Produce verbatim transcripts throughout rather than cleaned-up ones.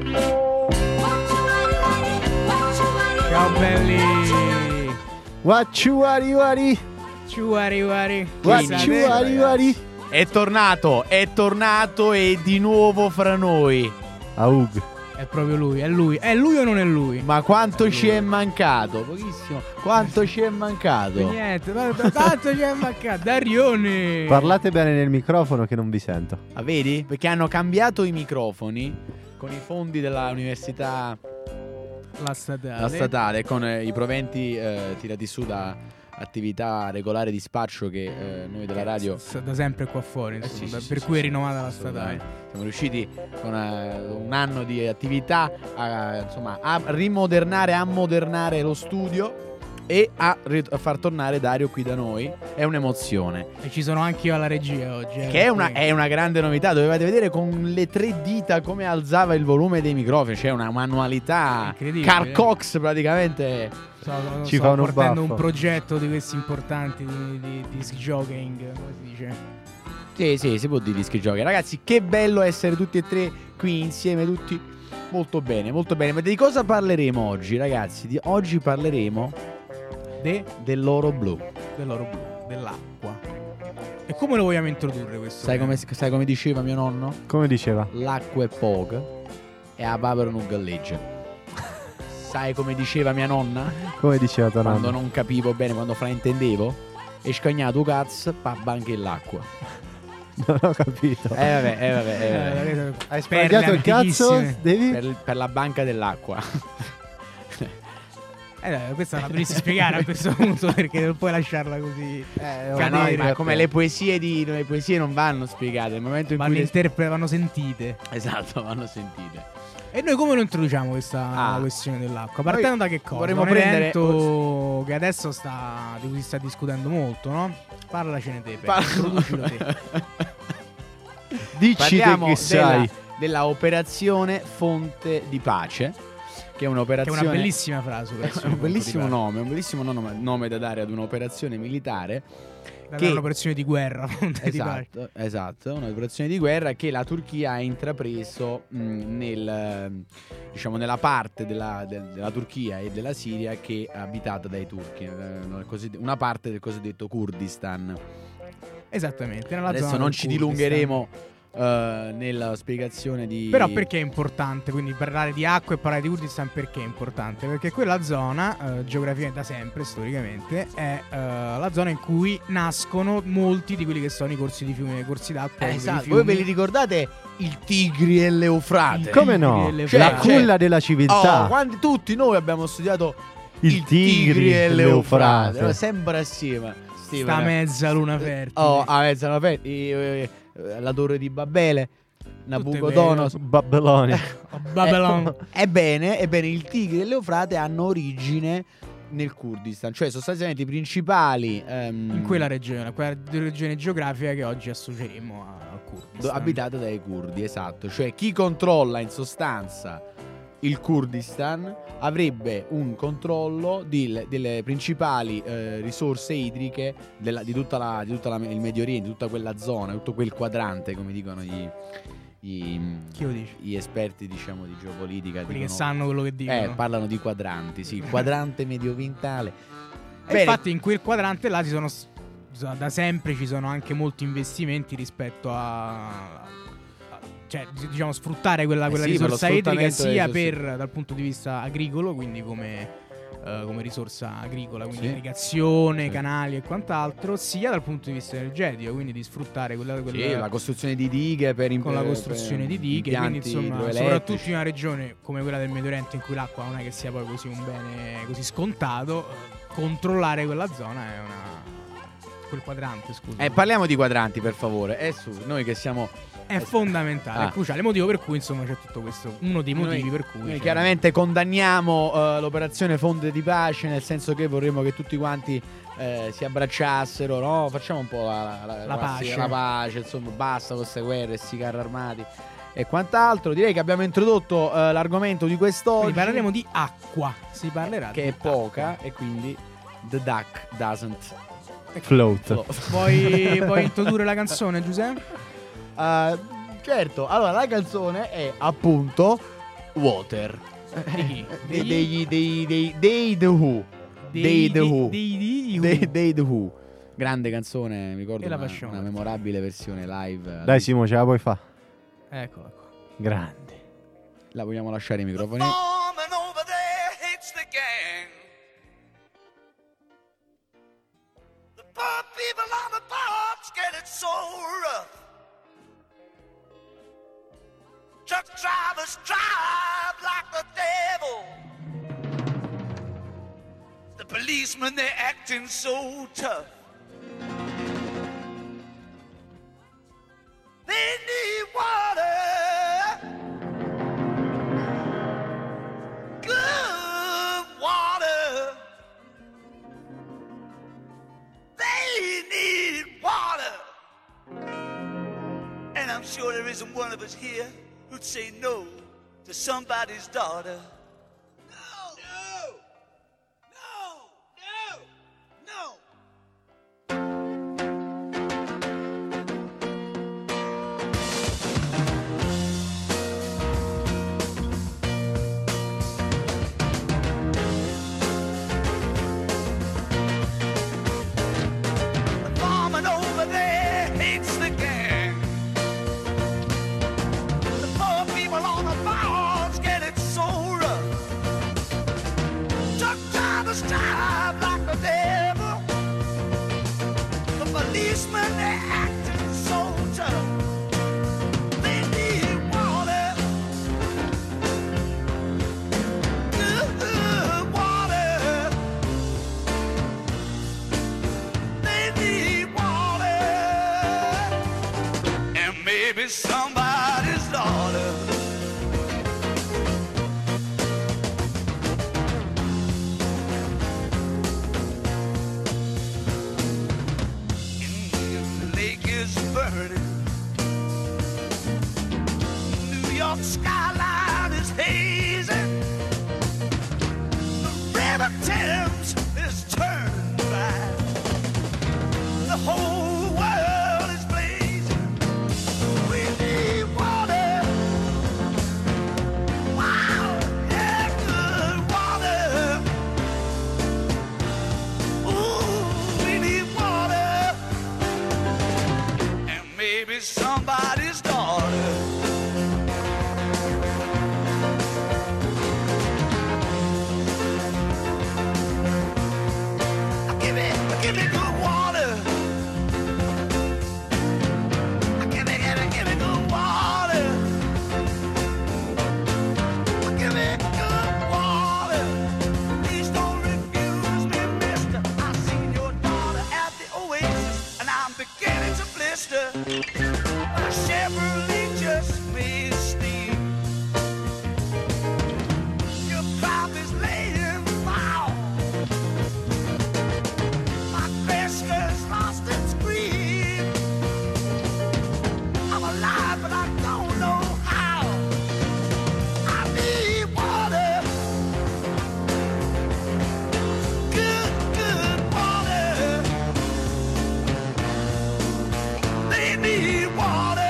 Ciao belli. Wacciuari wari. Ciuari wari. Wacciuari wari. È tornato, è tornato e di nuovo fra noi. Aug. È proprio lui, è lui. È lui o non è lui? Ma quanto ci è mancato? Pochissimo. Quanto ci è mancato? Niente, tanto ci è mancato. Darione. Parlate bene nel microfono che non vi sento. Ah, vedi? Perché hanno cambiato i microfoni con i fondi dell'università, La statale. la statale, con eh, i proventi eh, tirati su da attività regolare di spaccio che eh, noi della radio S- da sempre qua fuori, insomma, Eh sì, da- sì, per sì, cui sì, è rinnovata la statale. assolutamente. Siamo riusciti con eh, un anno di attività a, insomma, a rimodernare, a modernare lo studio e a, ri- a far tornare Dario qui da noi. È un'emozione. E ci sono anche io alla regia oggi. eh, Che è una, quindi- è una grande novità. Dovevate vedere con le tre dita come alzava il volume dei microfoni. C'è una manualità. Incredibile. Carl Cox praticamente. Sto, Ci sto fa uno portando baffo. un progetto di questi importanti di, di, di disc jockeying, come si dice? Sì, sì, si può dire dischi giochi. Ragazzi, che bello essere tutti e tre qui insieme, tutti molto bene, molto bene. Ma di cosa parleremo oggi, ragazzi? Di oggi parleremo De, dell'oro blu. dell'oro blu, dell'acqua. E come lo vogliamo introdurre questo? Sai come, sai come diceva mio nonno? Come diceva? L'acqua è poca e a papera non galleggia. Sai come diceva mia nonna? Come diceva tua Quando nonna? non capivo bene, quando fraintendevo, e scagnato cazzo, pa banche l'acqua. Non ho capito. Eh vabbè, eh vabbè, eh vabbè. Eh, Hai perle sbagliato il cazzo? antichissime. Devi? Per, per la banca dell'acqua. Eh, dai, questa la dovresti spiegare a questo punto, perché non puoi lasciarla così. Eh, Ma Cadere. no, ma come le poesie di le poesie non vanno spiegate nel momento in Vanno, cui le- interpre- vanno sentite. esatto, vanno sentite. E noi come lo introduciamo questa Ah. questione dell'acqua? Partendo da che cosa? vorremmo Un prendere- evento che adesso sta di cui si sta discutendo molto, no? Parlacene te, Peppe, introducilo te. Dici Parliamo che della, sai. della operazione Fonte di Pace, che è Che è un'operazione una bellissima frase. è un bellissimo nome, un bellissimo nome, nome da dare ad un'operazione militare. Che che- è un'operazione di guerra. Fonte di pace. Esatto, esatto, un'operazione di guerra che la Turchia ha intrapreso mh, nel, eh, diciamo, nella parte della, del- della Turchia e della Siria che è abitata dai turchi, eh, così- una parte del cosiddetto Kurdistan. Esattamente. Nella Adesso zona non del ci Kurdistan. dilungheremo eh, nella spiegazione di... Però perché è importante? Quindi parlare di acqua e parlare di Kurdistan perché è importante? Perché quella zona, eh, geografia da sempre, storicamente, è eh, la zona in cui nascono molti di quelli che sono i corsi di fiume, i corsi d'acqua. Eh, i esatto. fiumi. Voi ve li ricordate il Tigri e l'Eufrate? Il Come Tigri no? e le Cioè, La Frate. culla della civiltà. Oh, quando tutti noi abbiamo studiato Il Tigri e l'Eufrate. no, sempre assieme. Sti Sta vera- mezza luna fertile. Oh, a mezza luna fertile. I- eh, La torre di Babele, Nabucodonosor. Babilonia. Babylon. Eh, Ebbene, ebbene, il Tigri e l'Eufrate hanno origine nel Kurdistan, cioè sostanzialmente i principali ehm, In quella regione, quella regione geografica che oggi associeremo al do- Kurdistan. abitata dai curdi, esatto. Cioè chi controlla in sostanza il Kurdistan avrebbe un controllo di- delle principali eh, risorse idriche della- di tutta, la, di tutta la- il Medio Oriente, di tutta quella zona, tutto quel quadrante, come dicono gli, gli, Chi lo dice? gli esperti, diciamo, di geopolitica. Quelli che dicono- sanno quello che dicono. Eh, parlano di quadranti, sì, quadrante mediorientale. E Bene. infatti in quel quadrante là ci sono s- da sempre ci sono anche molti investimenti rispetto a, a- cioè diciamo sfruttare quella, Eh quella sì, per lo risorsa idrica sfruttamento sia delle risorse. per dal punto di vista agricolo, quindi come, eh, come risorsa agricola, quindi Sì. irrigazione, Sì. canali e quant'altro, sia dal punto di vista energetico, quindi di sfruttare quella, quella Sì, la costruzione di dighe per con la per- costruzione per di dighe, quindi impianti insomma, idroelettrici. soprattutto in una regione come quella del Medio Oriente in cui l'acqua non è che sia poi così un bene così scontato, eh, controllare quella zona è una quel quadrante, scusa. Eh, parliamo di quadranti, per favore. È su, noi che siamo È fondamentale, Ah. è cruciale, motivo per cui insomma c'è tutto questo, uno dei motivi Noi- per cui Noi c'è- chiaramente condanniamo eh, l'operazione Fonte di Pace, nel senso che vorremmo che tutti quanti eh, si abbracciassero, no? Facciamo un po' la, la, La pace. la pace, insomma, basta con queste guerre, questi carri armati e quant'altro. Direi che abbiamo introdotto eh, l'argomento di quest'oggi, Quindi parleremo di acqua, si parlerà che di è poca e quindi the duck doesn't Float. float. Vuoi, vuoi introdurre la canzone, Giuseppe? Uh, certo, allora la canzone è appunto Water. Di chi? Dei dei dei dei dei The Who. Dei The Who. Dei di Dei dei The Who. Grande canzone, mi ricordo E la una, facciamo una partire. memorabile versione live. Dai Simo, ce la puoi fa. Eccola qua. Grande. La vogliamo lasciare i microfoni? Foreman over there hates the gang. The poor people on the boards get it so rough. Truck drivers drive like the devil. The policemen, they're acting so tough. They need water. Good water. They need water. And I'm sure there isn't one of us here who'd say no to somebody's daughter. No! No! No! No! No! The foreman over there hates the gang. The poor people on the boards get it so rough. Truck drivers drive like the devil. The policemen, they're acting so tough. They need water. Good water. They need water. And maybe somebody's daughter. The lake is burning. New York skyline is hazy. The river Thames is turned dry. The whole world is blazing. We need water. Wow, yeah, good water. Ooh, we need water. And maybe somebody's daughter. Give me, give me good water. Give me, give me, give me good water. Give me good water. Please don't refuse me, mister. I seen your daughter at the Oasis, and I'm beginning to blister. My Chevrolet just made steam. Your crop is laying foul. My Cresca's lost its green. I'm alive, but I don't know how. I need water. Good, good water. They need water.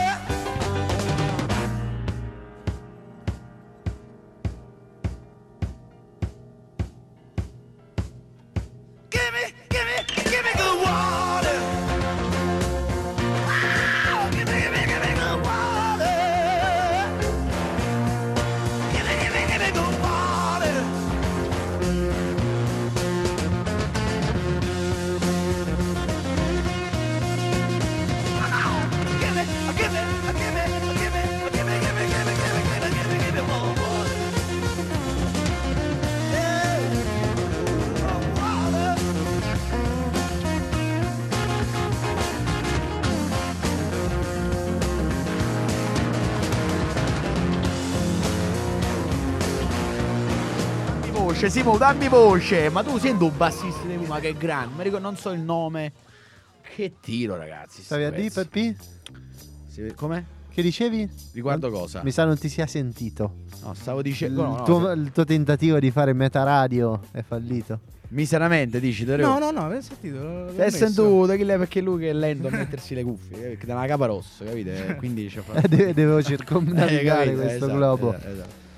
Give me, give me, give me good water. Wow, give me, give me, give me good water. Give me, give me, give me good water. Wow, give me, give me, give me, give me, give me, give me, give me, give me, give me, give me, give me more water. Yeah, more water. Dammi voce, Simo, dammi voce. Ma tu senti un bassista di Puma che è grande. Ma ricordo, non so il nome. Che tiro, ragazzi. Stavi a dire, Peppi? Si- Come? Che dicevi? Riguardo cosa? Mi sa non ti sia sentito. No, stavo Il, dicendo. no, no, tuo, se- il tuo tentativo di fare meta radio è fallito. Miseramente dici, te No, no, no, avete sentito? l'ho Hai messo. sentito chi lei perché lui che è lento a mettersi le cuffie, eh, perché da una capa rossa, capite? Quindi ci fa Eh, de- devo circumnavigare capito, questo esatto, globo. esatto, esatto.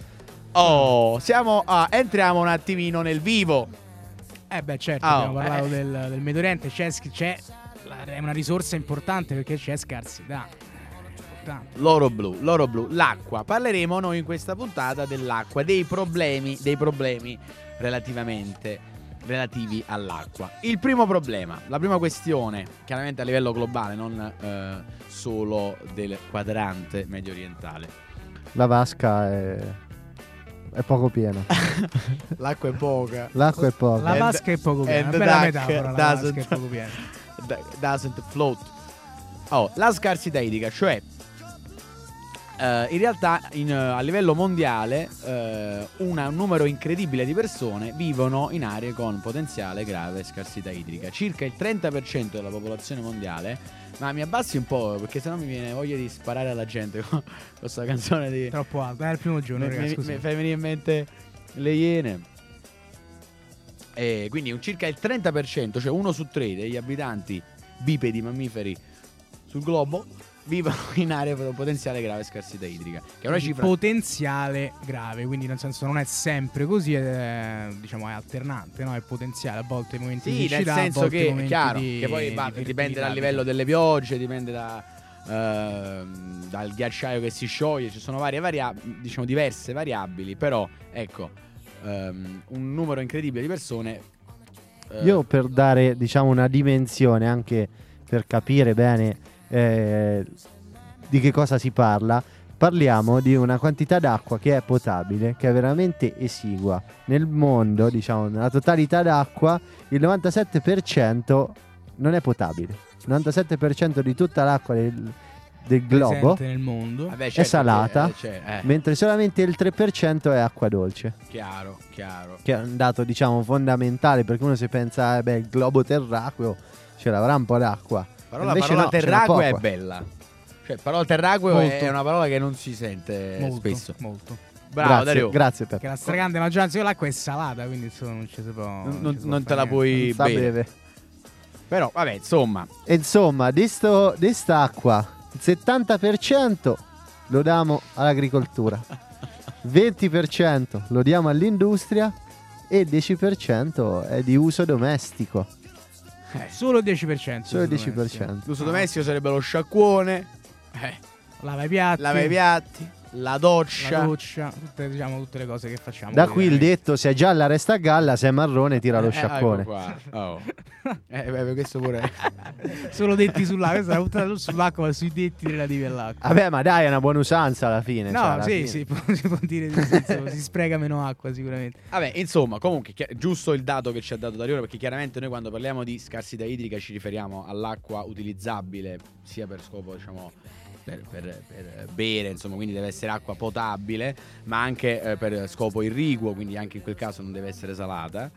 Oh, siamo a, entriamo un attimino nel vivo. Eh beh, certo, Oh, abbiamo parlato eh. del, del Medio Oriente, c'è, c'è la- è una risorsa importante perché c'è scarsità. È importante. L'oro blu, l'oro blu, l'acqua. Parleremo noi in questa puntata dell'acqua, dei problemi, dei problemi relativamente relativi all'acqua. Il primo problema, la prima questione, chiaramente a livello globale, non eh, solo del quadrante medio orientale. La vasca è, è poco piena. L'acqua è poca. L'acqua è poca. La And- vasca è poco piena, and una bella duck metafora, la doesn't- vasca è poco piena. D- doesn't float. Oh, la scarsità idrica, cioè eh, in realtà in, eh, a livello mondiale eh, una- un numero incredibile di persone vivono in aree con potenziale grave scarsità idrica. Circa il trenta per cento della popolazione mondiale. Ma mi abbassi un po' perché sennò mi viene voglia di sparare alla gente con questa canzone di... Troppo alto, è il primo giorno, mi, ragazzi, mi- scusi. mi fai venire in mente le iene. E quindi un circa il trenta per cento, cioè uno su tre degli abitanti bipedi mammiferi sul globo vivono in aree con potenziale grave scarsità idrica, che è una cifra Potenziale grave, quindi nel senso non è sempre così, è, diciamo è alternante, no? È potenziale, a volte i momenti di sì, nel siccità, a senso volte che è momenti chiaro di- che poi di va- fertilità, dipende dal livello delle piogge, dipende da, ehm, dal ghiacciaio che si scioglie, ci sono varie variabili, diciamo diverse variabili, però ecco ehm, un numero incredibile di persone. eh, Io per dare, diciamo, una dimensione, anche per capire bene eh, di che cosa si parla, parliamo di una quantità d'acqua che è potabile, che è veramente esigua. Nel mondo, diciamo, nella totalità d'acqua, il novantasette per cento non è potabile. Il novantasette per cento di tutta l'acqua del, del globo, presente nel mondo. vabbè, è certo salata, che, eh, cioè, eh, mentre solamente il tre per cento è acqua dolce. chiaro, chiaro. Che è un dato, diciamo, fondamentale, perché uno si pensa, eh beh, il globo terracqueo ce l'avrà un po' d'acqua. Però la Invece parola no, ce n'è terracqueo è poco. bella. Cioè, parola terracqueo Molto. è una parola che non si sente molto, spesso. molto. Bravo, grazie, Dario. grazie Perché Peppe. la stragrande maggioranza dell'acqua è salata, quindi insomma non ci si può. Non, ci non- si può non te fare la niente. puoi Non sta bere. beve. Però, vabbè, insomma. E insomma, di sto- di st'acqua, il settanta per cento lo diamo all'agricoltura, venti per cento lo diamo all'industria e il dieci per cento è di uso domestico. eh, Solo il dieci per cento. Solo il secondo dieci me, per cento. l'uso Ah. domestico sarebbe lo sciacquone, eh, sì. Lava i piatti, lava i piatti, la doccia. la doccia, tutte, diciamo, tutte le cose che facciamo. Da qui il quotidianamente. detto: se è gialla resta a galla, se è marrone tira lo Eh, sciacquone. ecco qua. Oh. Eh, beh, questo pure. Solo detti sull'acqua, questa è una puntata non sull'acqua, ma sui detti relativi all'acqua. Vabbè, ma dai, è una buona usanza alla fine. cioè, No, alla sì, fine. sì, può- si può dire di sì, insomma, si spreca meno acqua sicuramente. Vabbè, insomma, comunque, chi- giusto il dato che ci ha dato Dario, perché chiaramente noi quando parliamo di scarsità idrica ci riferiamo all'acqua utilizzabile sia per scopo, diciamo, per, per- per bere, insomma, quindi deve essere acqua potabile, ma anche eh, per scopo irriguo, quindi anche in quel caso non deve essere salata.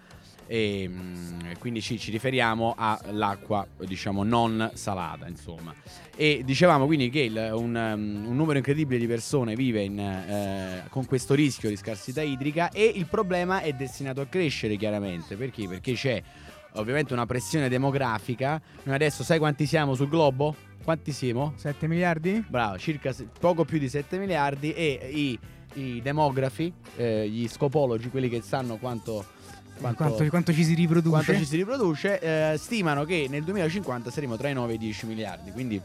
E mm, quindi ci, ci riferiamo all'acqua, diciamo, non salata, insomma. E dicevamo quindi che il- un, um, un numero incredibile di persone vive in, eh, con questo rischio di scarsità idrica, e il problema è destinato a crescere, chiaramente. Perché? Perché c'è ovviamente una pressione demografica. Noi adesso sai quanti siamo sul globo? Quanti siamo? sette miliardi? Bravo, circa se- poco più di sette miliardi, e i, i demografi, eh, gli scopologi, quelli che sanno quanto, quanto, Quanto, quanto ci si riproduce? quanto ci si riproduce, eh, stimano che nel duemilacinquanta saremo tra i nove e i dieci miliardi. Quindi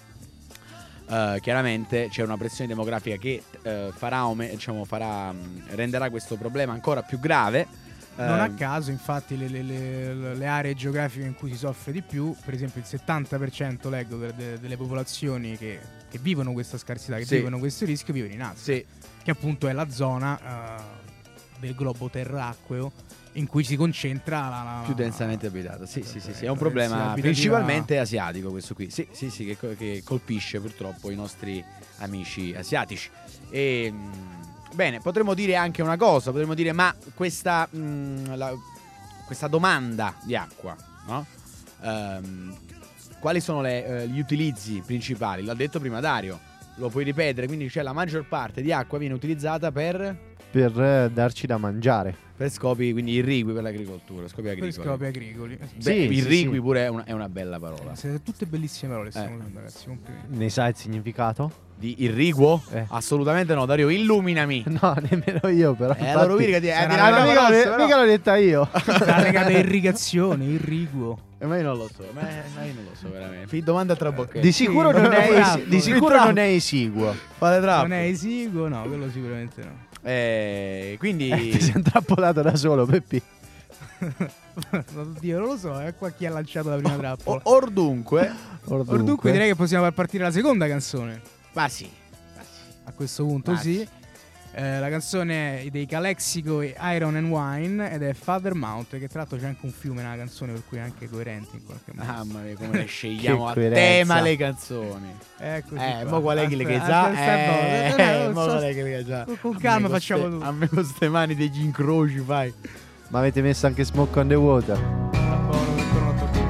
eh, chiaramente c'è una pressione demografica che eh, farà, aume- diciamo, farà, mh, renderà questo problema ancora più grave. Non a Eh, caso, infatti, le, le- le- le aree geografiche in cui si soffre di più, per esempio il settanta per cento leggo de- de- delle popolazioni che, che vivono questa scarsità, che Sì. vivono questo rischio, vivono in Asia, sì, che appunto è la zona eh, del globo terracqueo in cui si concentra la, la- più densamente abitata. Sì, sì, sì, sì, è un la problema densità abitativa. principalmente asiatico questo qui. Sì, sì, sì, che, co- che colpisce purtroppo i nostri amici asiatici. E mh, bene, potremmo dire anche una cosa, potremmo dire ma questa mh, la- questa domanda di acqua, no? Ehm, quali sono le, eh, gli utilizzi principali? L'ha detto prima Dario. Lo puoi ripetere, quindi c'è la maggior parte di acqua viene utilizzata per per eh, darci da mangiare. Per scopi quindi irrigui per l'agricoltura, scopi Per agricoli. scopi agricoli. Beh, Sì, irrigui sì, sì. pure è una, è una bella parola. Siete tutte bellissime parole, stiamo Eh. usando, ragazzi, complimenti. Ne sai il significato? Di irriguo? Eh. Assolutamente no, Dario, illuminami. No, nemmeno io però. Eh, allora infatti- mica ti- eh, sarà ti- una la mica, conosco, l'ho- però. mica l'ho detta io. Sta legata a irrigazione, irriguo. Eh, ma io non lo so, ma, ma io non lo so veramente. Fi- Domanda a trabocchetto. Di sicuro, Sì, non, è bravo. esi- di sicuro non è esiguo. Fate trappo. Non è esiguo, no, quello sicuramente no. Eh, quindi Eh, ti sei intrappolato da solo, Peppi. Oddio, non lo so, è qua chi ha lanciato la prima O- trappola. or dunque, Or Or dunque direi che possiamo far partire la seconda canzone. ma sì, ma sì. A questo punto Ma sì. Eh, la canzone è dei Calexico e Iron and Wine ed è Father Mount, che tra l'altro c'è anche un fiume nella canzone, per cui è anche coerente in qualche modo. Mamma mia, come le scegliamo a coerenza. tema le canzoni. È così Eh, qua. mo qual è che le che Aspetta, già? aspetta, Eh, aspetta, eh, non mo so- qual è che le che già? con- con A calma me con facciamo ste- tutto. A me con ste mani degli incroci, fai. Ma avete messo anche Smoke on the Water? Tra poco, ancora non ho toccato.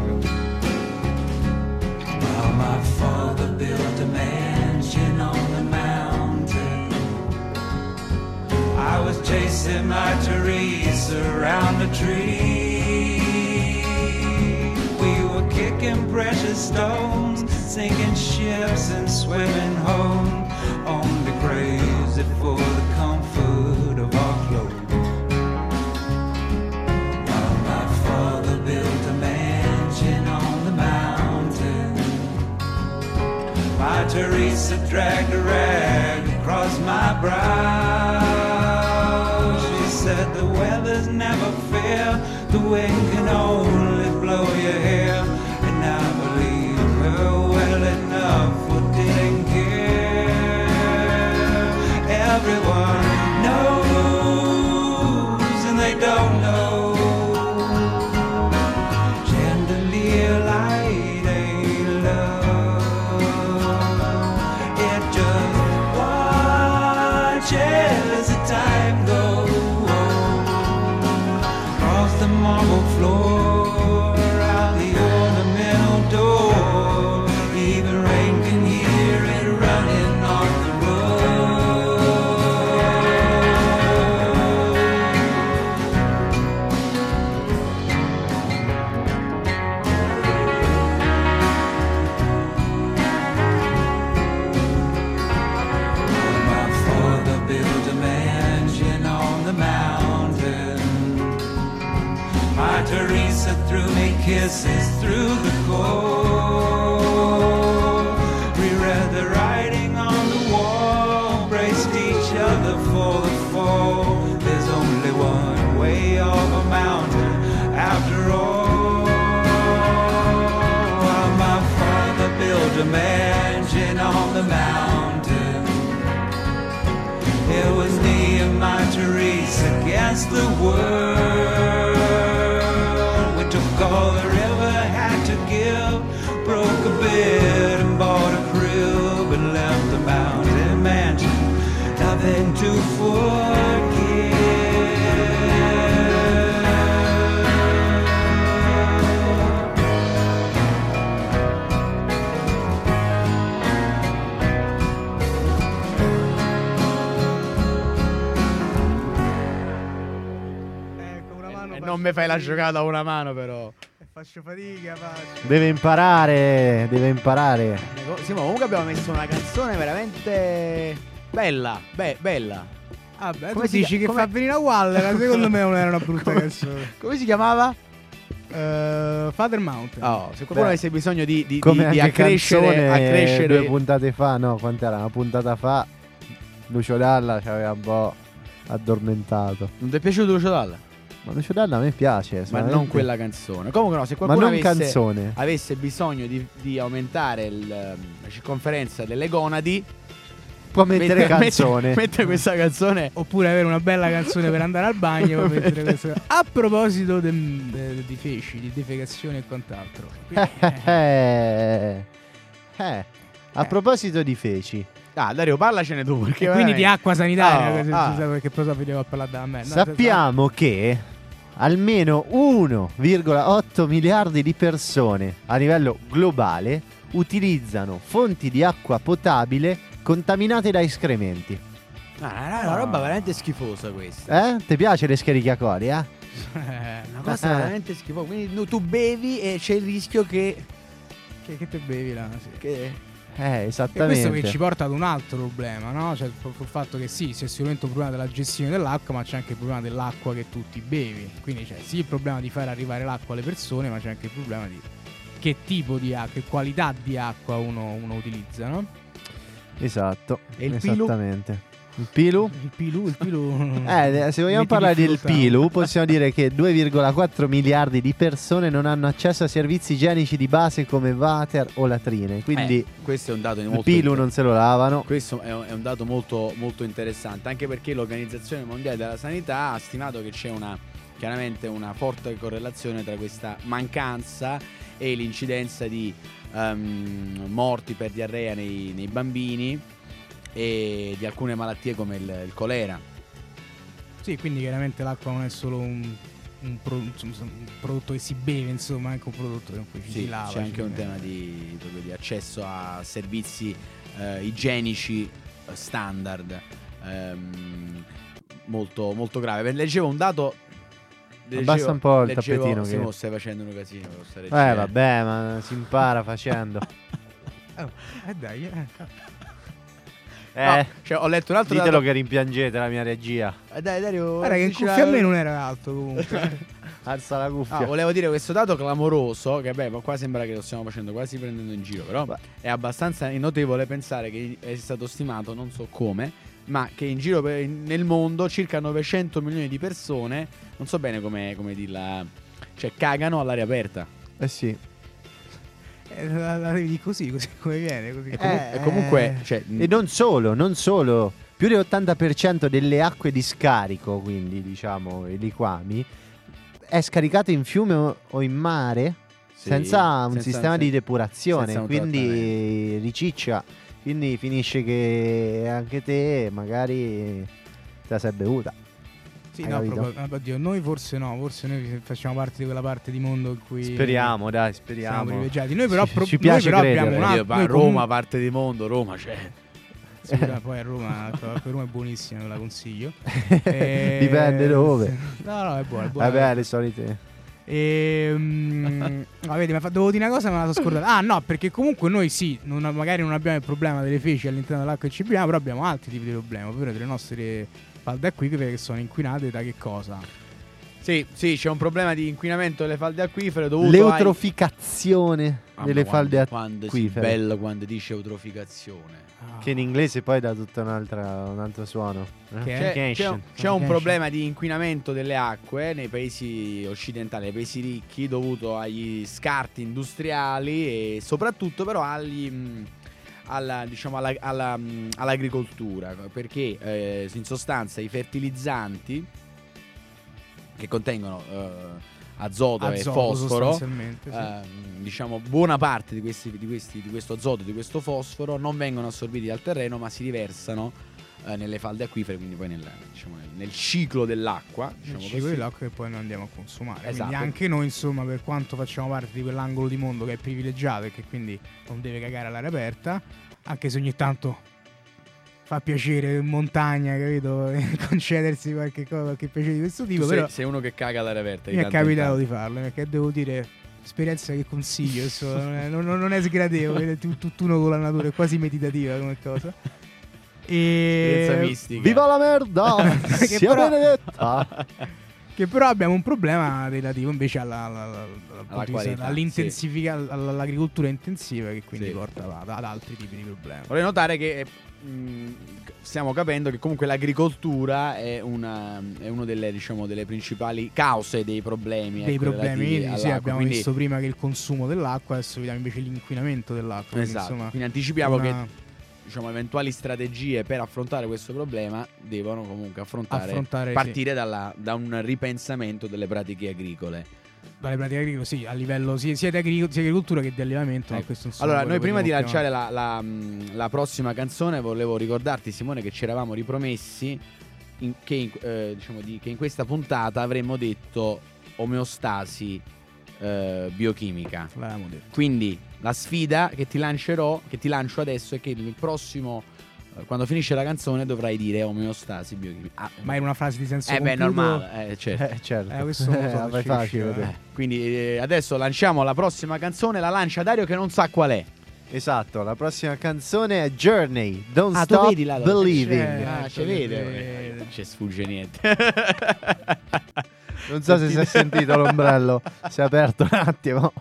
Well, my father built a mansion on the mountain. I was chasing my Teresa around the tree. We were kicking precious stones, sinking ships and swimming home. Only crazy for the comfort of our clothes. Well, my father built a mansion on the mountain. My Teresa dragged a rag across my brow. She said the weather's never fair, the wind can only blow your hair. And I believe her well enough for didn't care. Everyone knows and they don't know. Chandelier light ain't love. It just watches the time go across the marble floor, out the ornamental door. Even rain can hear it running on the road. My father built a mansion on the mountain. My Teresa threw me kisses through the cold. Reread the writing on the wall, braced each other for the fall. There's only one way off a mountain after all. While my father built a mansion on the mountain, it was me and my Teresa against the world. We took all the river had to give, broke a bed and bought a crib, and left the mountain mansion, nothing to forget. Ecco, una mano. E non mi fai la giocata a una mano però. Faccio fatica, faccio. Deve imparare, deve imparare. Sì, ma comunque abbiamo messo una canzone veramente bella, be- bella. Ah, beh, Come tu si dici chia- che come- fa venire a Waller, secondo me non era una brutta canzone. Come si chiamava? Eh, Father Mountain. Oh, se qualcuno Beh, avesse bisogno di, di, Come di, di anche accrescere, canzone accrescere due puntate fa, no, quant'era? Una puntata fa Lucio Dalla ci aveva un po' addormentato. Non ti è piaciuto Lucio Dalla? Ma Lucio Dalla a me piace, Ma solamente- non quella canzone. Comunque no, se Ma qualcuno non avesse, canzone. avesse bisogno di, di aumentare il, ehm, la circonferenza delle gonadi, Può mettere mette- canzone. Mette, mette questa canzone. Oppure avere una bella canzone per andare al bagno. per mettere questa- A proposito de- de- di feci, di defecazione e quant'altro. Quindi, eh, Eh, eh. A proposito di feci, Ah, Dario, parlacene tu. Perché e quindi di veramente- acqua sanitaria. Oh, così, ah. ci sa perché poi finiamo a parlare da me. No, sappiamo che almeno uno virgola otto miliardi di persone a livello globale utilizzano fonti di acqua potabile contaminate da escrementi. Ah, è una roba veramente schifosa questa. Eh? Ti piace le scherichiacori, eh? Una cosa veramente schifosa. Quindi tu- tu bevi e c'è il rischio che... Che, che te bevi là? Sì. che... Eh, E esattamente. questo che ci porta ad un altro problema, no? Cioè il, il fatto che sì, c'è sicuramente un problema della gestione dell'acqua, ma c'è anche il problema dell'acqua che tu ti bevi. Quindi c'è sì il problema di far arrivare l'acqua alle persone, ma c'è anche il problema di che tipo di acqua, che qualità di acqua uno, uno utilizza, no? Esatto. E il pilu? Esattamente. Il pilu? Il pilu, il pilu. Eh, se vogliamo metti parlare di del frutta. pilu, possiamo dire che due virgola quattro miliardi di persone non hanno accesso a servizi igienici di base come water o latrine. Quindi Eh, questo è un dato il molto pilu non se lo lavano. Questo è un, è un dato molto, molto interessante, anche perché l'Organizzazione Mondiale della Sanità ha stimato che c'è una chiaramente una forte correlazione tra questa mancanza e l'incidenza di um, morti per diarrea nei, nei bambini e di alcune malattie come il, il colera. Sì, quindi chiaramente l'acqua non è solo un, un, pro- insomma, un prodotto che si beve, insomma, è anche un prodotto con cui ci Sì, si lava. c'è anche ci un si tema beve. di, proprio di accesso a servizi eh, igienici eh, standard ehm, molto, molto grave. Leggevo un dato. Abbassa un po' il leggevo, tappetino sì, che- mo stai facendo un casino con sta Eh regia. vabbè, ma si impara facendo. Oh, eh dai, eh. Eh, No, cioè, ho letto un altro ditelo dato. che rimpiangete la mia regia. Eh, dai, Dario, Guarda che in diceva- cuffia a me non era alto comunque. Alza la cuffia. Ah, volevo dire questo dato clamoroso, che beh, ma qua sembra che lo stiamo facendo quasi prendendo in giro, però Beh. è abbastanza notevole pensare che è stato stimato, non so come, ma che in giro per- nel mondo circa novecento milioni di persone, non so bene come, come dirla, cioè cagano all'aria aperta. Eh sì. Eh, la, la devi dire così, così come viene. Così. E, comu- Eh, e comunque, cioè, E non solo, non solo. Più dell'ottanta per cento delle acque di scarico, quindi diciamo i liquami, è scaricato in fiume o, o in mare sì, senza un senza- sistema di depurazione, senza un quindi trattamento. riciccia. Quindi finisce che anche te magari te la sei bevuta. Sì, Hai no, capito? proprio, eh, oddio, noi forse no, forse noi facciamo parte di quella parte di mondo in cui Speriamo, dai, siamo speriamo. privilegiati. Noi però, Ci- pro- ci piace noi però credere. abbiamo un Oddio, altro. ma noi Roma, comunque- parte di mondo, Roma, cioè. Sì, dai, poi a Roma, a Roma è buonissima, ve la consiglio. E- Dipende dove. No, no, è buona, è buona. Vabbè, le solite. E, mm, no, vedi, mi ha fatto- dovevo dire una cosa, ma me la sono scordata. Ah, no, perché comunque noi sì, non- magari non abbiamo il problema delle feci all'interno dell'acqua che ci beviamo, però abbiamo altri tipi di problemi, ovvero delle nostre falde acquifere che sono inquinate da che cosa? Sì, sì, c'è un problema di inquinamento delle falde acquifere dovuto ai... L'eutroficazione Mamma, delle falde quando, quando si acquifere. bello quando dice eutroficazione. Che in inglese poi dà tutto un'altra, un altro suono. eh? Che è? C'è, c'è, Education. un- c'è un Education. problema di inquinamento delle acque nei paesi occidentali, nei paesi ricchi, dovuto agli scarti industriali e soprattutto però agli, mh, alla, diciamo, alla- alla, mh, all'agricoltura, perché eh, in sostanza i fertilizzanti che contengono eh, azoto, e Azoto, fosforo, sostanzialmente, sì. ehm, diciamo buona parte di, questi, di, questi, di questo azoto, di questo fosforo non vengono assorbiti dal terreno ma si riversano eh, nelle falde acquifere, quindi poi nel, diciamo, nel, nel ciclo dell'acqua, Nel diciamo ciclo così. dell'acqua che poi noi andiamo a consumare. Esatto. Quindi anche noi, insomma, per quanto facciamo parte di quell'angolo di mondo che è privilegiato e che quindi non deve cagare all'aria aperta, anche se ogni tanto fa piacere in montagna, capito? Concedersi qualche cosa, qualche piacere di questo tipo, Tu sei, però sei uno che caga all'aria aperta di mi è tanto in capitato tanto. di farlo, perché devo dire esperienza che consiglio, insomma, non, è, non- non è sgradevole, è tu- tutt'uno con la natura, è quasi meditativa come cosa. Esperienza E mistica. Viva la merda! Che Sia però- benedetta! che però abbiamo un problema relativo invece alla, alla- alla- dal punto di vista- qualità, all'intensifica- alla- all'agricoltura intensiva, che quindi Sì. porta ad, ad altri tipi di problemi. Vorrei notare che eh, mh, stiamo capendo che comunque l'agricoltura è una è una delle, diciamo, delle principali cause dei problemi. Dei ecco, problemi, relativi quindi sì, all'acqua. abbiamo Quindi- visto prima che il consumo dell'acqua, adesso vediamo invece l'inquinamento dell'acqua. quindi, Esatto, insomma, quindi anticipiamo una- che diciamo eventuali strategie per affrontare questo problema devono comunque affrontare, affrontare sì, partire dalla- da un ripensamento delle pratiche agricole. dalle pratiche agricole, sì, a livello sia, sia di agric- sia di agricoltura che di allevamento. ma Ecco. questo, insomma, Allora, quello noi prima di vediamo più lanciare la, la, mh, la prossima canzone volevo ricordarti, Simone, che ci eravamo ripromessi in- che, in, eh, diciamo di- che in questa puntata avremmo detto omeostasi eh, biochimica. avanti. L'avevamo detto. Quindi la sfida che ti lancerò, che ti lancio adesso, è che il prossimo quando finisce la canzone dovrai dire omeostasi biochimica. Ah, Ma in una frase di senso eh beh, compiuto. normale, eh, certo. Eh, certo. Eh, questo non lo so, Eh, vai ci facile. riuscivo, te. eh. Quindi eh, adesso lanciamo la prossima canzone, la lancia Dario che non sa qual è. Esatto, la prossima canzone è Journey, Don't Ah, tu Stop vedi là dove- Believing. C'è. Ah, Ecco, ci vede. vede. Non ci sfugge niente. Non so se si è sentito l'ombrello, si è aperto un attimo.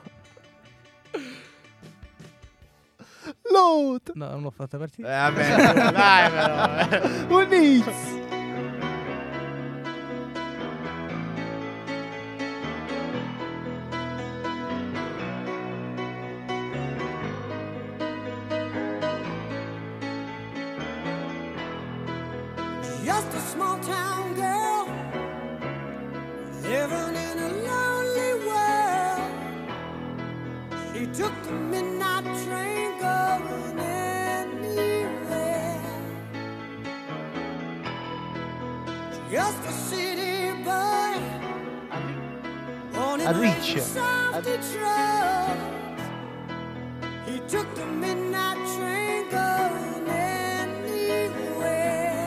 Load! No, non l'ho fatta Eh, partire. vabbè, dai però. eh. Units! Just a small town girl living in a lonely world. She took the midnight train going anywhere. Just a city boy born in A rich. late South Detroit. He took the midnight train going anywhere.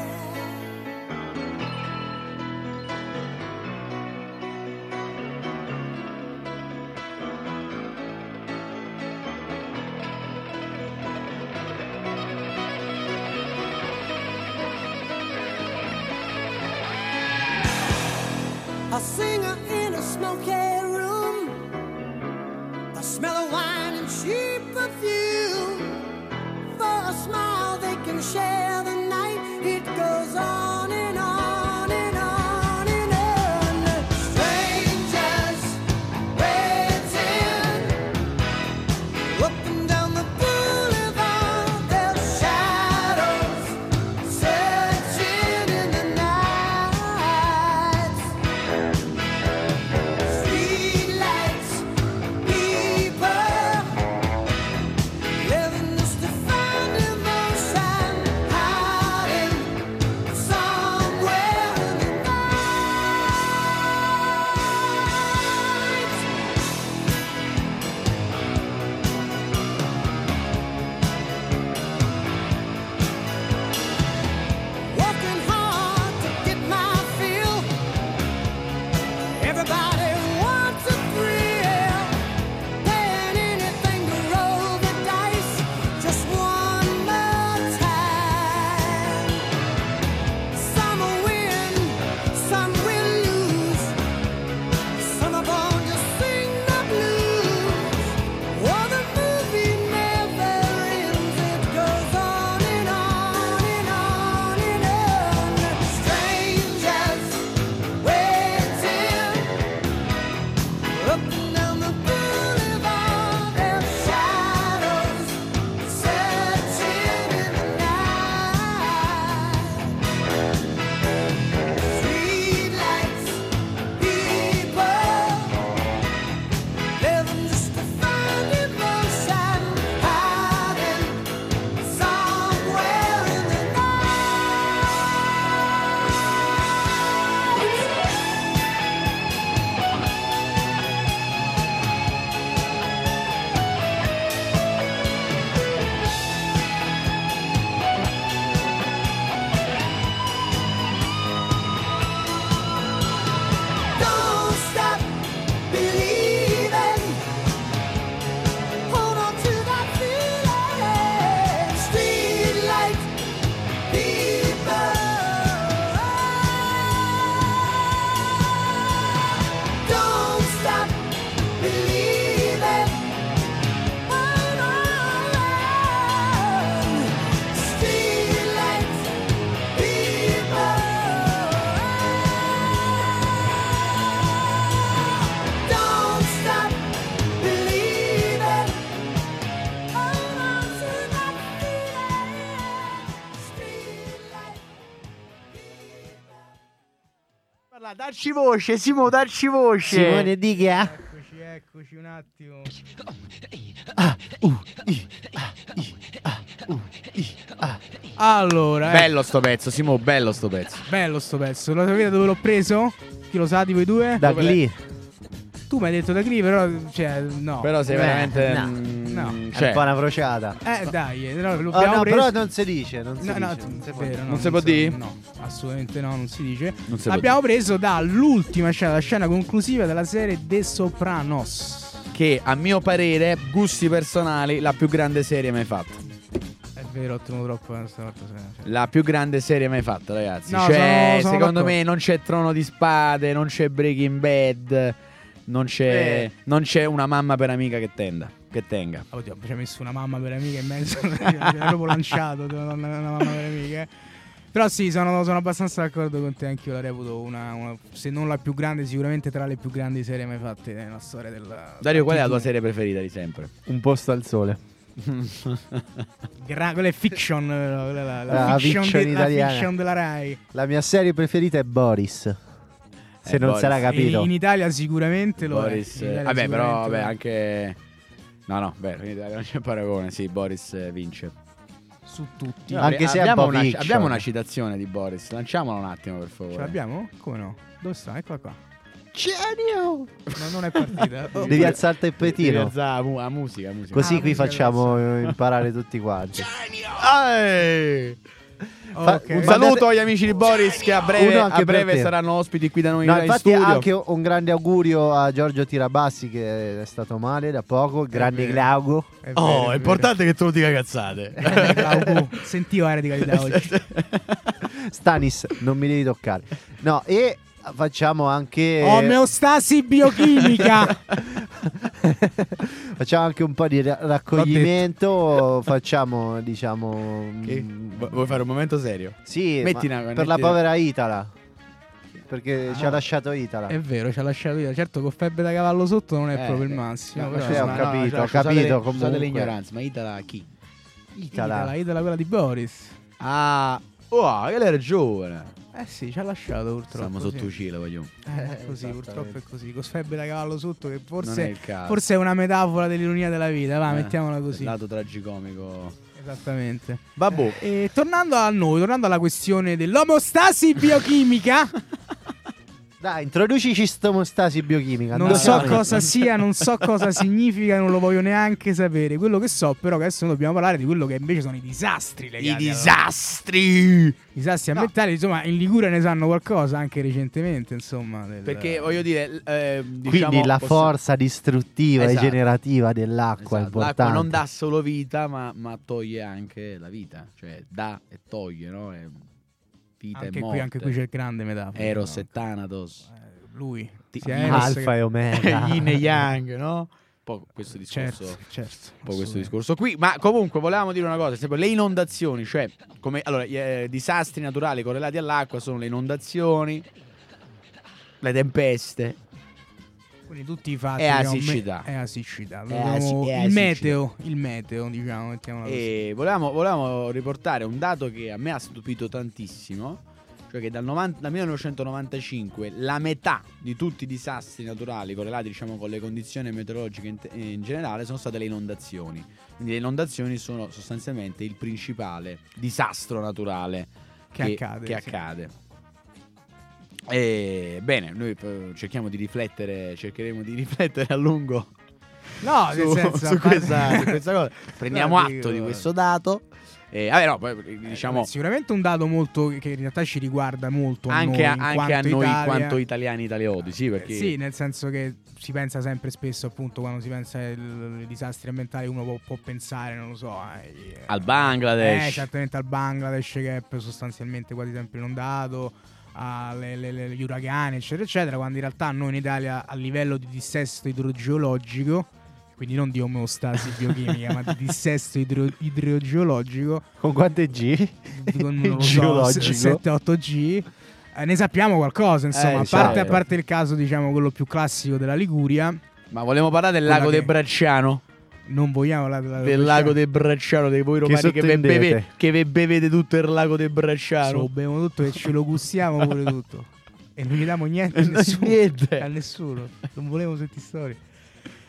A singer in a smoky room, the smell of wine and cheap perfume. For a smile they can share the night. It goes on and on and on and on. Strangers waiting up and down the boulevard. Their shadows searching in the night. Streetlights, people living just to find emotion, hiding somewhere in the night. Working hard to get my fill. Everybody wants a thrill, paying anything to roll the dice just one more time. Some will win, some will lose. Some are born to sing the blues. Oh, the movie never ends. It goes on and on and on and on. Strangers waiting up and down the boulevard. Their shadows searching in the night. Streetlights, people living just to find emotion, hiding somewhere in the Don't stop believing. Hold on to that feeling. Streetlight people. Don't stop believing. Hold on. Streetlight people. Don't stop believing. Hold on to that feeling. Streetlight people. Parla, dacci voce, Simo, dacci voce. Simone Diga. Eccoci, eccoci un attimo. Allora, eh, Bello sto pezzo, Simo, bello sto pezzo. bello sto pezzo. Lo sapete dove l'ho preso? Chi lo sa di voi due? Da Dove Glee. Tu mi hai detto da Glee, però cioè no. Però sei Beh, veramente no. mm, No. È cioè, un po' una crociata. Eh dai, no, lo Oh, abbiamo no, preso. però non si dice, non si No, no, dice. Non si è può vero, dire. no, Non si può so- dire? No, assolutamente no, non si dice. Non si può Abbiamo preso dall'ultima scena, la scena conclusiva della serie The Sopranos. che a mio parere, gusti personali, la più grande serie mai fatta. È vero, ho tenuto troppo eh, stavolta, sì. La più grande serie mai fatta, ragazzi. No, cioè, sono- sono secondo d'accordo. me non c'è Trono di Spade, non c'è Breaking Bad, non c'è, Eh. non c'è una mamma per amica che tenda, che tenga. Oddio, ci ha messo una mamma per amiche in mezzo. L'ho proprio lanciato una, una mamma per amiche. Però sì, sono, sono abbastanza d'accordo con te. Anch'io la reputo una, una- se non la più grande, sicuramente tra le più grandi serie mai fatte nella storia della. Dario, qual è la tua T V. serie preferita di sempre? Un posto al sole. Gra- quella è fiction. La, la- la- la La fiction, fiction de- la italiana. fiction della Rai. La mia serie preferita è Boris. Se Eh, non Boris. se l'ha capito. E in Italia sicuramente lo Boris, è. In Italia vabbè, però sicuramente vabbè, lo è. anche no, no, beh, in Italia non c'è paragone, sì, Boris eh, vince. Su tutti. Anche se è un abbiamo po' una, fiction. abbiamo una citazione di Boris, lanciamola un attimo, per favore. Ce l'abbiamo? Come no? Dove sta? Eccola qua. Genio! No, non è partita. Oh, Devi alzare il Devi tappetino. alzare la mu- la musica, la musica. Così Ah, qui musica facciamo eh, imparare tutti quanti. Ehi! Fa- ok. Un Ma- saluto agli amici di Boris che a breve, Uno anche a breve per te. saranno ospiti qui da noi No, in infatti studio. anche un grande augurio a Giorgio Tirabassi che è stato male da poco, grande vero. Glauco. È vero, Oh, è vero. importante che tu lo dica cazzate. Eh, Glauco. Sentivo Eredica di da oggi. Stanis, non mi devi toccare. No, e facciamo anche Omeostasi biochimica. facciamo anche un po' di ra- raccoglimento, facciamo diciamo Che? mm, Vu- Vuoi fare un momento serio? sì, Metti ma una- per la metti- povera Itala. Perché Ah. ci ha lasciato Itala. È vero, ci ha lasciato via. Certo, con febbre da cavallo sotto non è Eh, proprio il eh, massimo. no, però, sì, ho insomma, capito, ho scusate capito, le- comunque. Scusate l'ignoranza, ma Itala chi? Itala. Itala, Itala, quella di Boris. Ah, oh, che lei era giovane. Eh sì, ci ha lasciato purtroppo. Stiamo sì. sotto uscila, voglio. Eh, è così, Esattamente. purtroppo è così. Con febbre da cavallo sotto, che Non è forse, il caso. forse è una metafora dell'ironia della vita. Va, Eh, mettiamola così. Il lato tragicomico. Esattamente. Vabbè. E tornando a noi, tornando alla questione dell'omostasi biochimica, Dai, introducici stomostasi biochimica. non dai. so cosa sia, non so cosa significa, non lo voglio neanche sapere. Quello che so, però, che adesso noi dobbiamo parlare di quello che invece sono i disastri legati I alla- disastri. disastri ambientali. Insomma, in Liguria ne sanno qualcosa anche recentemente. Insomma, del- Perché voglio dire, eh, diciamo, Quindi la possiamo- forza distruttiva Esatto. e generativa dell'acqua è Esatto, importante. l'acqua non dà solo vita, ma, ma toglie anche la vita. Cioè, dà e toglie, no? È vita anche e qui, morte. anche qui c'è il grande metafora. Eros no? e Thanatos. Eh, Lui, Ti- sia Eros Alfa che- e Omega. Yin e Yang, no? Un po' questo discorso. Certo, certo. Un po' questo discorso qui, ma comunque volevamo dire una cosa, sempre le inondazioni, cioè come allora gli eh, disastri naturali correlati all'acqua sono le inondazioni, le tempeste. Quindi tutti i fatti E la diciamo, me- siccità. è la siccità. È Dobbiamo- la si- è la il siccità. meteo, il meteo, diciamo, mettiamola così. E volevamo, volevamo riportare un dato che a me ha stupito tantissimo, cioè che dal, novanta dal millenovecentonovantacinque la metà di tutti i disastri naturali correlati diciamo con le condizioni meteorologiche in, te- in generale sono state le inondazioni. Quindi le inondazioni sono sostanzialmente il principale disastro naturale Che accade, che sì. accade. E bene, noi eh, cerchiamo di riflettere, cercheremo di riflettere a lungo No, nel su, senso, su a parte- questa, su questa cosa. Prendiamo No, atto dico- di questo dato. E, vabbè, no, poi, diciamo Beh, sicuramente un dato molto che in realtà ci riguarda molto a anche, noi, a, in anche quanto a noi Italia. quanto italiani italioti, sì, perché Sì, nel senso che si pensa sempre spesso, appunto, quando si pensa ai ai disastri ambientali, uno può, può pensare, non lo so, ai, al eh, Bangladesh. esattamente al Bangladesh che è sostanzialmente quasi sempre inondato, agli uragani, eccetera, eccetera, quando in realtà noi in Italia a livello di dissesto idrogeologico, quindi non di omeostasi biochimica, ma di dissesto idro- idrogeologico, Con quante G? con non lo so, Geologico. sette otto G, eh, ne sappiamo qualcosa, insomma, Eh, a, parte, a certo. parte il caso, diciamo, quello più classico della Liguria. Ma vogliamo parlare del Quella lago che- del Bracciano? Non vogliamo la, la, Del lago del Bracciano, dei voi romani che, ve sottintende? beve, che ve bevete tutto il lago del Ce Bracciano. lo beviamo tutto e ce lo gustiamo pure tutto. E non gli diamo niente a No, nessuno. niente. A nessuno. Non volevo sentire storie.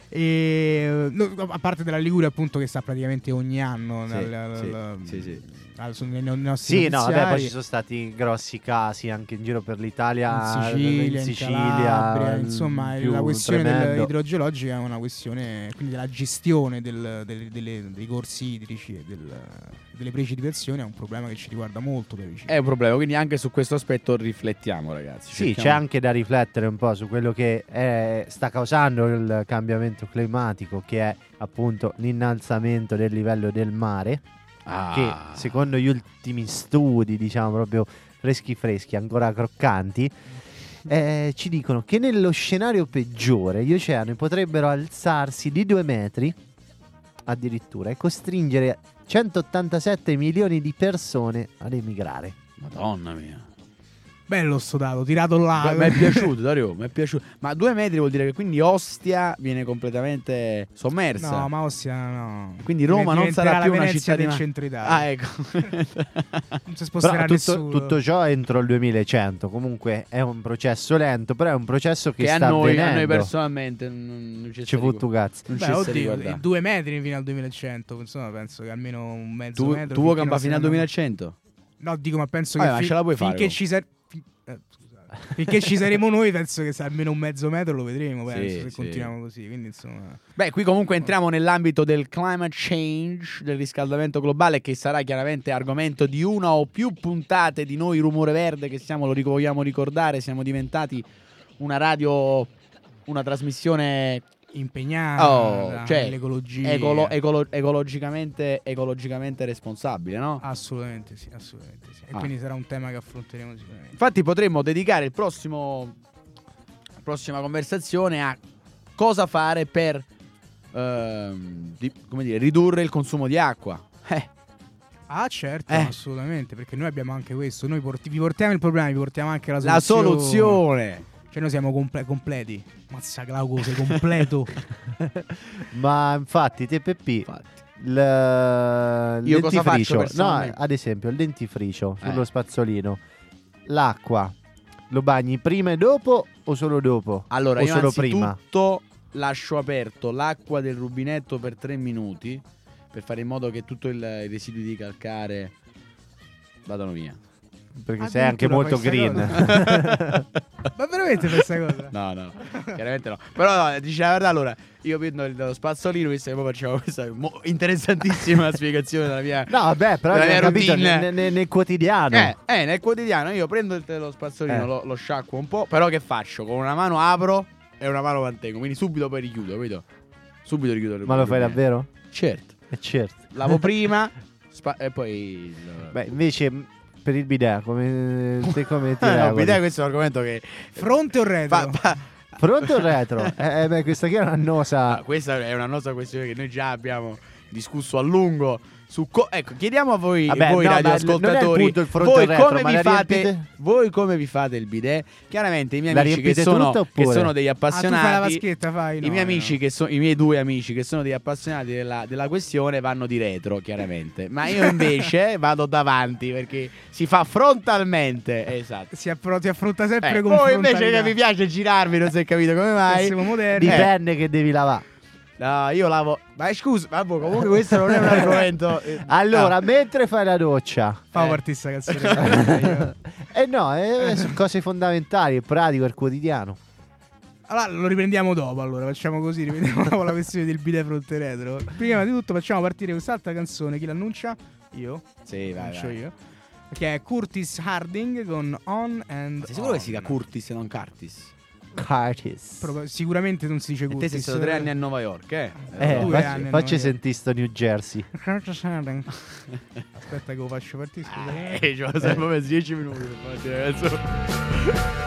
E no, a parte della Liguria, appunto, che sta praticamente ogni anno. Sì, nel- sì, nel- sì, sì. ah, sono nei, nei nostri Sì, no, vabbè, poi notiziari. ci sono stati grossi casi anche in giro per l'Italia, in Sicilia, in in Sicilia, Calabria, il insomma più la questione del- tremendo. idrogeologica è una questione quindi della gestione del- del- delle- dei corsi idrici e del- delle precipitazioni è un problema che ci riguarda molto da vicino. È un problema, quindi anche su questo aspetto riflettiamo, ragazzi. Sì, Cerchiamo- c'è anche da riflettere un po' su quello che è- sta causando il cambiamento climatico, che è appunto l'innalzamento del livello del mare, Ah. che secondo gli ultimi studi, diciamo proprio freschi freschi, ancora croccanti, eh, ci dicono che nello scenario peggiore gli oceani potrebbero alzarsi di due metri addirittura e costringere centottantasette milioni di persone ad emigrare. Madonna mia. Bello sto dato, tirato là. Mi è piaciuto, Dario, mi è piaciuto. Ma due metri vuol dire che quindi Ostia viene completamente sommersa. No, ma Ostia no. Quindi Roma non Diventerà sarà la più una Venezia città di del ma- centro Italia. Ah, ecco. Non si sposterà Però tutto, nessuno. tutto ciò entro il duemilacento. Comunque è un processo lento, però è un processo che, che a sta noi, a avvenendo. noi personalmente non, non ci Ci fu tu cazzo. Non ci Beh, sta oddio, riguardando. due metri fino al duemilacento, insomma, penso che almeno un mezzo Tu, metro. tu vuoi finché campare non fino al se ne duemilacento? No, dico, ma penso Vabbè, che ma fi- ce la puoi fare, finché oh. ci sar- fi- eh, scusate. finché ci saremo noi, penso che sa- almeno un mezzo metro lo vedremo, Sì, penso, se sì. continuiamo così. Quindi, insomma, Beh, qui comunque entriamo nell'ambito del climate change, del riscaldamento globale, che sarà chiaramente argomento di una o più puntate di noi Rumore Verde, che siamo, lo ric- vogliamo ricordare, siamo diventati una radio, una trasmissione impegnata Oh, cioè, nell'ecologia. ecolo- ecolo- ecologicamente, ecologicamente responsabile, no? Assolutamente sì, assolutamente sì. E Ah. quindi sarà un tema che affronteremo sicuramente. Infatti potremmo dedicare il prossimo la prossima conversazione a cosa fare per ehm, di- come dire, ridurre il consumo di acqua. Eh, Ah, certo, Eh. assolutamente, perché noi abbiamo anche questo. Noi porti- vi portiamo il problema, vi portiamo anche la la soluzione. soluzione. Cioè noi siamo comple- completi. Mazza Glauco, sei completo. Ma infatti, te Peppi, Infatti. il Io cosa faccio dentifricio, no, personalmente? ad esempio il dentifricio sullo Eh. spazzolino, l'acqua lo bagni prima e dopo o solo dopo? Allora, o io solo prima? anzitutto lascio aperto l'acqua del rubinetto per tre minuti per fare in modo che tutto il, i residui di calcare vadano via. Perché sei anche molto Addirittura green. fai Ma veramente questa cosa? No, no, chiaramente no. Però no, dice la verità, allora, io prendo il- lo spazzolino, visto che poi facciamo questa mo- interessantissima spiegazione della mia... No, vabbè, però Della hai mia capito, routine. nel, nel- nel quotidiano. Eh, eh, nel quotidiano io prendo il, lo spazzolino, Eh. lo, lo sciacquo un po', però che faccio? Con una mano apro e una mano mantengo, quindi subito poi richiudo, capito? Subito richiudo. il Ma lo fai rubinetto. davvero? Certo. Eh, certo. Lavo prima spa- e poi... il- Beh, invece m, per il bidet, come, te come ti Eh, no, regoli? bidet, questo è un argomento che... Fronte o retro? fa- fa- Fronte o retro? eh, eh, beh, questa qui è un'annosa. Ah, questa è una nostra questione che noi già abbiamo discusso a lungo. Su co- ecco, chiediamo a voi, Vabbè, voi no, ma radioascoltatori, non è il punto il fronte voi, e retro, come ma vi la fate, riempite? voi come vi fate il bidet? Chiaramente i miei La amici che riempite sono, tutta che oppure? sono degli Ah, tu fai la appassionati, vaschetta, fai? i No, miei no. amici che sono i miei due amici che sono degli appassionati della, della questione vanno di retro, chiaramente. Ma io invece vado davanti perché si fa frontalmente. Esatto. Si affro- ti affronta sempre Eh, con voi invece che frontalità. vi piace girarvi, non si è capito come mai. Siamo moderni. Dipende che devi lavare. No, io lavo. Ma scusa, vabbè, comunque questo non è un argomento. eh, Allora, ah. mentre fai la doccia. Famo Eh. partire sta canzone. Eh no, eh, sono cose fondamentali, è pratico, è quotidiano. Allora lo riprendiamo dopo, allora facciamo così, riprendiamo dopo la questione del bidet fronte retro. Prima di tutto facciamo partire quest'altra canzone, chi l'annuncia? Io, Sì, vai, annuncio vai. io. Che è Curtis Harding con On and Sei sicuro che On. si chiama Curtis e non Curtis? Curtis. Proba- sicuramente non si dice E te Curtis. sei stato tre anni a Nuova York, eh? Eh, Due facci, anni, facci no, io. sentire sto New Jersey. Curtis Harding. Aspetta che lo faccio partire, scusa. Eh, ci ho sempre proprio dieci minuti per farti la canzone.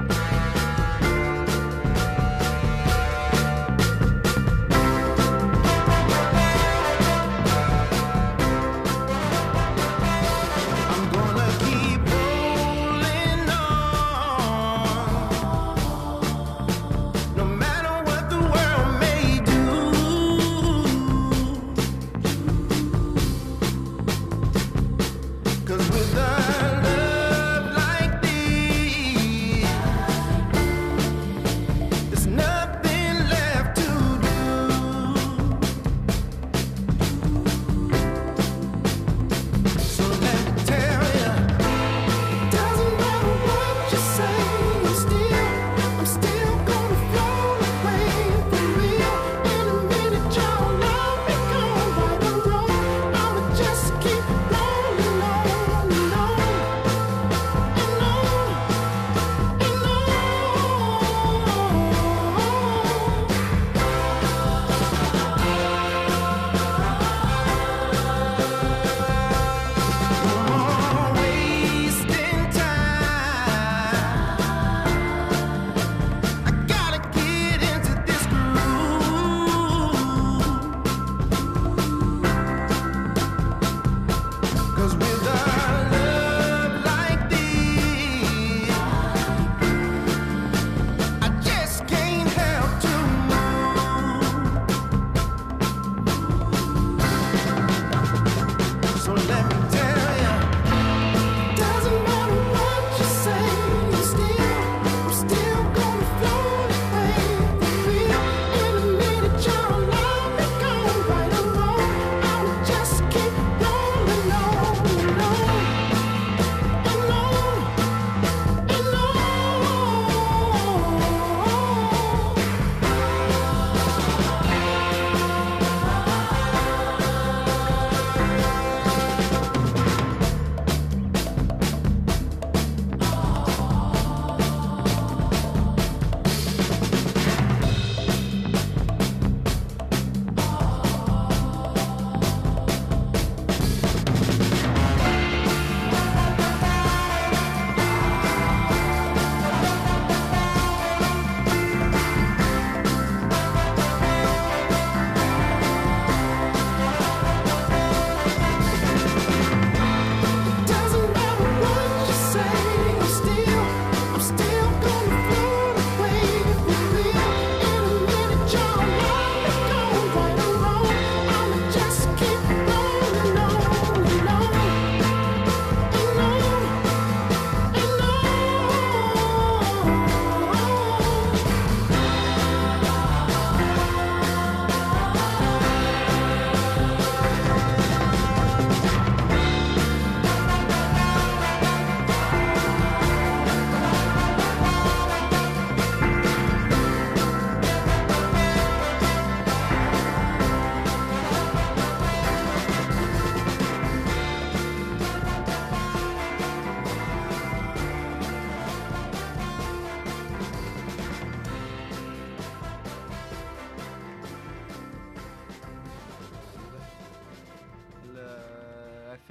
I'm gonna keep rolling on, no matter what the world may do. 'Cause with a love like this,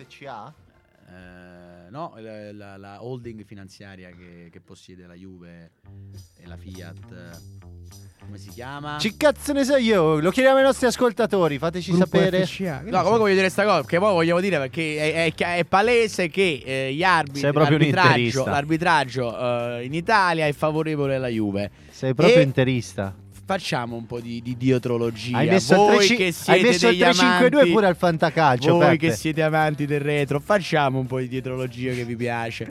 F C A? Eh, no, la, la- la holding finanziaria che, che possiede la Juve e la Fiat. Come si chiama? Ci cazzo ne so io, lo chiediamo ai nostri ascoltatori, fateci Gruppo sapere. F C A, che No, ne comunque so. voglio dire sta cosa, che poi vogliamo dire perché è, è- è palese che eh, gli arbitri, Sei proprio un l'arbitraggio, interista. l'arbitraggio eh, in Italia è favorevole alla Juve. Sei proprio E- interista. Facciamo un po' di, di dietrologia. Hai messo il Voi tre ci- che siete hai messo il degli tre cinque due amanti- pure al fantacalcio, Voi Peppe. che siete amanti del retro, facciamo un po' di dietrologia che vi piace.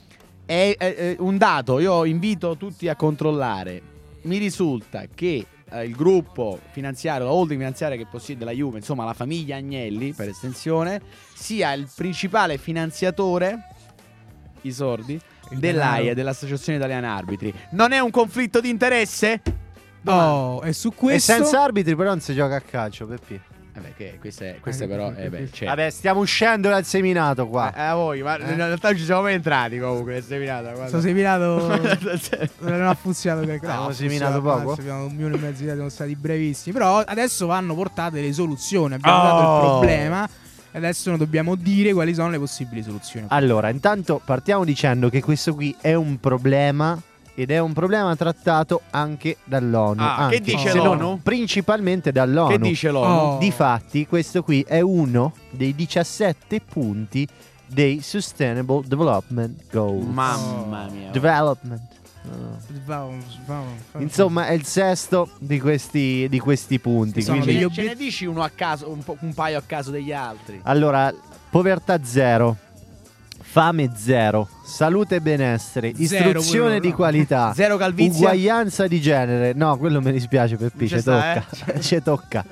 È, è- è un dato, io invito tutti a controllare. Mi risulta che eh, il gruppo finanziario, la holding finanziaria che possiede la Juve, insomma la famiglia Agnelli per estensione, sia il principale finanziatore, i sordi, Il dell'A I A, denaro. dell'Associazione Italiana Arbitri. Non è un conflitto di interesse? Oh, e su E questo senza arbitri però non si gioca a calcio, Peppi. Vabbè, che questa è, questa però eh beh, c'è. Vabbè, stiamo uscendo dal seminato qua. Eh, a voi, ma Eh? in realtà ci siamo mai entrati comunque nel seminato. guarda. sto seminato non ha funzionato che Abbiamo ha seminato funzionato, poco? anzi, abbiamo un milione e mezzo di idee, siamo stati brevissimi. Però adesso vanno portate le soluzioni. Abbiamo Oh! dato il problema e adesso noi dobbiamo dire quali sono le possibili soluzioni. Allora, intanto partiamo dicendo che questo qui è un problema ed è un problema trattato anche dall'ONU. Ah, che anche, dice se non l'ONU? principalmente dall'ONU. Che dice l'ONU? Oh. Difatti, questo qui è uno dei diciassette punti dei Sustainable Development Goals. Mamma mia. Development. No. Vamos, vamos, vamos. Insomma, è il sesto di questi, di questi punti. Sono Ce Quindi, degli ne, ce obiet- ne dici uno a caso, un, po', un paio a caso degli altri. allora, povertà zero, fame zero, salute e benessere, Zero istruzione quello, di no. qualità, Zero calvizia. uguaglianza di genere. No, quello mi dispiace per Non ci ci sta, tocca. eh? Ci tocca.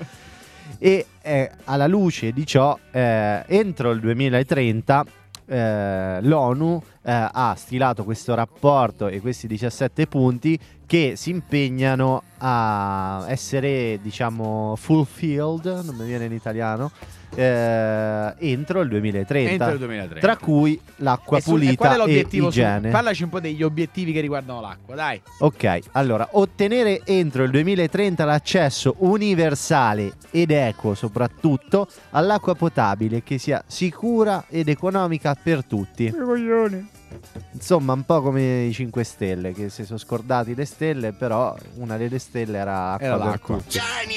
E eh, alla luce di ciò, eh, entro il duemilatrenta eh, l'ONU eh, ha stilato questo rapporto e questi diciassette punti che si impegnano a essere, diciamo, fulfilled, non mi viene in italiano, eh, entro il duemilatrenta. Entro il duemilatrenta. Tra cui l'acqua E su- e qual è pulita e l'obiettivo su- igiene. Parlaci un po' degli obiettivi che riguardano l'acqua, dai. Ok, allora, ottenere entro il duemilatrenta l'accesso universale ed equo soprattutto all'acqua potabile che sia sicura ed economica per tutti. Insomma, un po' come i cinque Stelle che si sono scordati le stelle, però una delle stelle era acqua Era per l'acqua. tutti.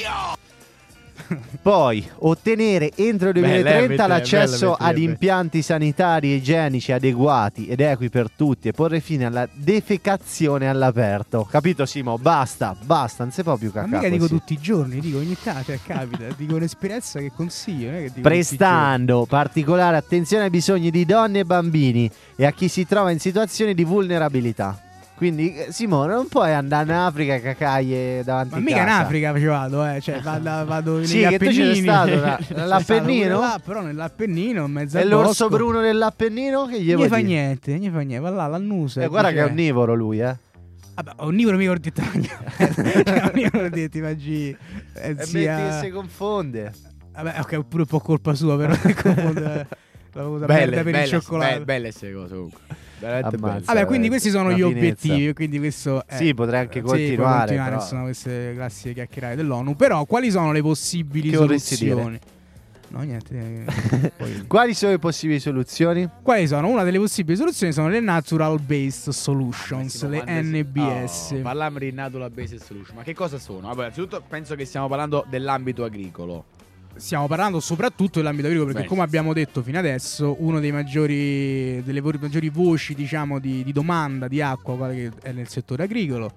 Poi ottenere entro il Bella, eh, duemilatrenta mettere- l'accesso bella, ad metterebbe. impianti sanitari e igienici adeguati ed equi per tutti e porre fine alla defecazione all'aperto. Capito Simo? Basta, basta, non si può più Ma cacare mica dico così. tutti i giorni, dico ogni tanto, cioè capita, dico un'esperienza che consiglio, non è che dico Prestando particolare attenzione ai bisogni di donne e bambini e a chi si trova in situazioni di vulnerabilità. Quindi eh, Simone non puoi andare in Africa a cacaie davanti Ma a mica in casa. Africa ci vado, eh, cioè vado, vado negli Sì, che tu Appennini. ci sei stato, là, Sono nell'Appennino? stato pure là, però nell'Appennino, in mezzo E al l'orso bosco. bruno dell'Appennino che gli Non vuoi gli fa dire? niente, non gli fa niente, va là, l'annusa. Eh, guarda dice- che è onnivoro lui, eh. Vabbè, onnivoro mica ho detto onnivoro ho detto, immagini eh, E metti che sia... si confonde. Vabbè, ok, pure un po' colpa sua, però comunque la voluta Belle, merda per belle, il cioccolato. belle, belle queste cose comunque. Veramente Ammazza. belle. Vabbè, quindi questi sono Una gli finezza. obiettivi, quindi questo è- Sì, potrei anche sì, puoi continuare, continuare, però- sono queste classiche chiacchierate dell'ONU. Però quali sono le possibili Che vorresti soluzioni? No, niente. eh, poi- Quali sono le possibili soluzioni? Quali sono? Una delle possibili soluzioni sono le Natural Based Solutions, Massimo, le quando si- N B S. Oh, parliamo di Natural Based Solution. Ma che cosa sono? Vabbè, innanzitutto penso che stiamo parlando dell'ambito agricolo. Stiamo parlando soprattutto dell'ambito agricolo perché, Bene. come abbiamo detto fino adesso, uno dei maggiori delle vo- maggiori voci, diciamo, di, di domanda di acqua quale che è nel settore agricolo,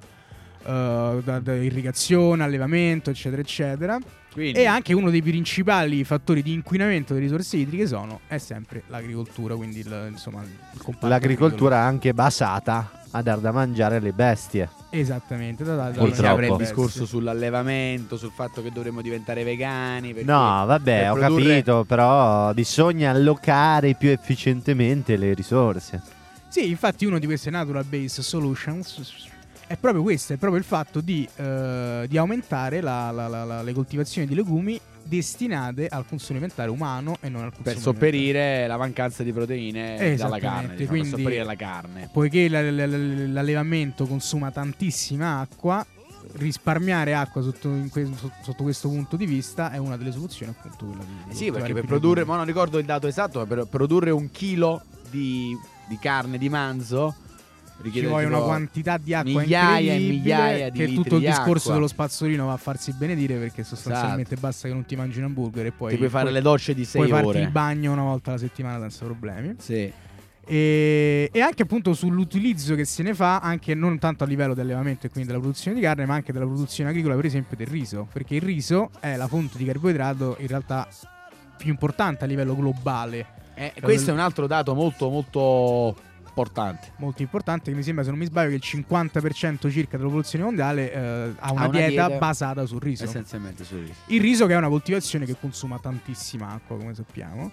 eh, da, da irrigazione, allevamento, eccetera, eccetera. Quindi, E anche uno dei principali fattori di inquinamento delle risorse idriche sono è sempre l'agricoltura, quindi il, insomma il comparto L'agricoltura è anche basata a dar da mangiare alle bestie. agricolo. Esattamente. Da, da, da Purtroppo. si apre il mangiare discorso bestie. sull'allevamento, sul fatto che dovremmo diventare vegani. perché No, vabbè, per ho produrre- capito, però bisogna allocare più efficientemente le risorse. Sì, infatti uno di queste Natural Based Solutions è proprio questo, è proprio il fatto di, eh, di aumentare la- la- la- la- le coltivazioni di legumi destinate al consumo alimentare umano e non al consumo per alimentare. sopperire la mancanza di proteine dalla Esattamente, carne, diciamo, quindi- per sopperire la carne. Poiché la- la- la- l'allevamento consuma tantissima acqua, risparmiare acqua sotto, in que- sotto questo punto di vista è una delle soluzioni, appunto quella di, di Eh sì, perché per coltivare più produrre, legumi. ma non ricordo il dato esatto, ma per produrre un chilo di, di carne di manzo Ci richiede vuole una tipo quantità di acqua migliaia e incredibile, migliaia di che litri tutto il di discorso acqua. dello spazzolino va a farsi benedire, perché sostanzialmente Esatto. basta che non ti mangi un hamburger e poi Ti puoi fare puoi, le docce di sei puoi farti ore. il bagno una volta alla settimana senza problemi. Sì. E, e anche appunto sull'utilizzo che se ne fa, anche non tanto a livello di allevamento e quindi della produzione di carne, ma anche della produzione agricola, per esempio del riso, perché il riso è la fonte di carboidrato in realtà più importante a livello globale, Eh, questo è un altro dato molto molto importante. molto importante, che mi sembra, se non mi sbaglio, che il cinquanta per cento circa della popolazione mondiale eh, ha una, una dieta, dieta basata sul riso. Essenzialmente sul riso. Il riso, che è una coltivazione che consuma tantissima acqua, come sappiamo.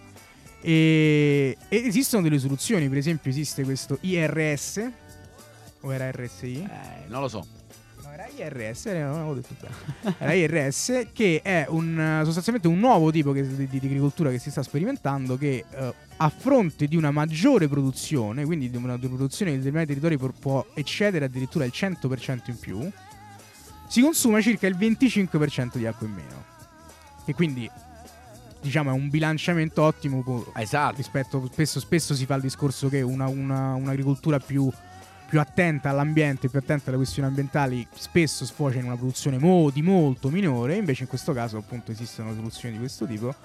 E, e esistono delle soluzioni, per esempio esiste questo I R S, o era R S I? Eh, non lo so. No, era I R S, eh, non avevo detto bene. Era I R S, che è un, sostanzialmente un nuovo tipo che- di, di agricoltura che si sta sperimentando, che eh, a fronte di una maggiore produzione, quindi di una, di una produzione che in determinati territori può, può eccedere addirittura il cento per cento in più, si consuma circa il venticinque per cento di acqua in meno. E quindi, diciamo, è un bilanciamento ottimo po- Esatto. rispetto, spesso, spesso si fa il discorso che una, una- un'agricoltura più, più attenta all'ambiente, più attenta alle questioni ambientali, spesso sfocia in una produzione mo- di molto minore. Invece in questo caso appunto esistono soluzioni di questo tipo,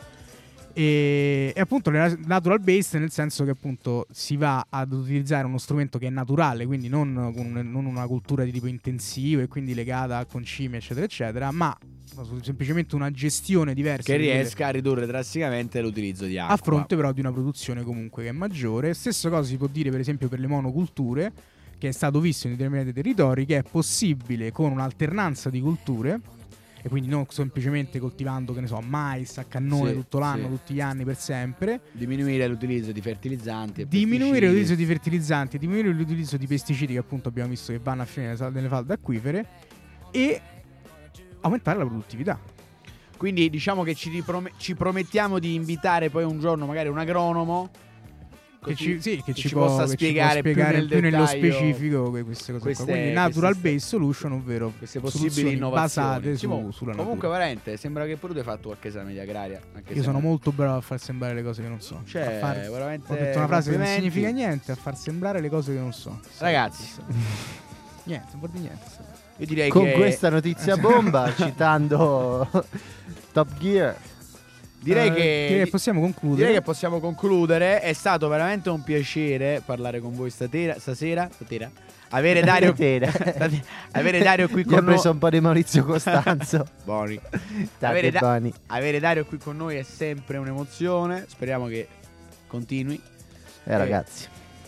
e, e appunto le natural based, nel senso che appunto si va ad utilizzare uno strumento che è naturale, quindi non, con un- non una cultura di tipo intensivo e quindi legata a concimi eccetera eccetera, ma semplicemente una gestione diversa Che di quelle- riesca a ridurre drasticamente l'utilizzo di acqua. a fronte però di una produzione comunque che è maggiore. Stessa cosa si può dire per esempio per le monoculture, che è stato visto in determinati territori che è possibile con un'alternanza di culture, e quindi non semplicemente coltivando, che ne so, mais a cannone Sì, tutto l'anno, sì. tutti gli anni per sempre, Diminuire l'utilizzo di fertilizzanti e diminuire pesticidi. l'utilizzo di fertilizzanti, diminuire l'utilizzo di pesticidi, che appunto abbiamo visto che vanno a finire nelle- nelle falde acquifere, e aumentare la produttività. Quindi diciamo che ci, riprome- ci promettiamo di invitare poi un giorno magari un agronomo Che così- ci, sì, che che ci ci può, possa che ci può spiegare più spiegare nel più nello dettaglio specifico que- queste cose qua. queste- Quindi queste natural st- based solution, ovvero queste possibili soluzioni innovazioni. basate Sì, su, mo- sulla comunque natura. veramente sembra che pure tu hai fatto qualche esame di agraria, anche Io se sono non- molto bravo a far sembrare le cose che non so. Cioè, A far- veramente Ho detto una frase che non complimenti. significa niente, a far sembrare le cose che non so. Ragazzi. Niente, non vuol dire niente. Io direi Con che questa notizia bomba, citando Top Gear. direi Eh, che direi che possiamo concludere. direi che possiamo concludere. È stato veramente un piacere parlare con voi statera, stasera, stasera. Avere Dario Stasera. avere Dario qui Gli ha con noi. preso un po' di Maurizio Costanzo. Buoni. Tante Avere, da- buoni. avere Dario qui con noi è sempre un'emozione. Speriamo che continui. Eh ragazzi,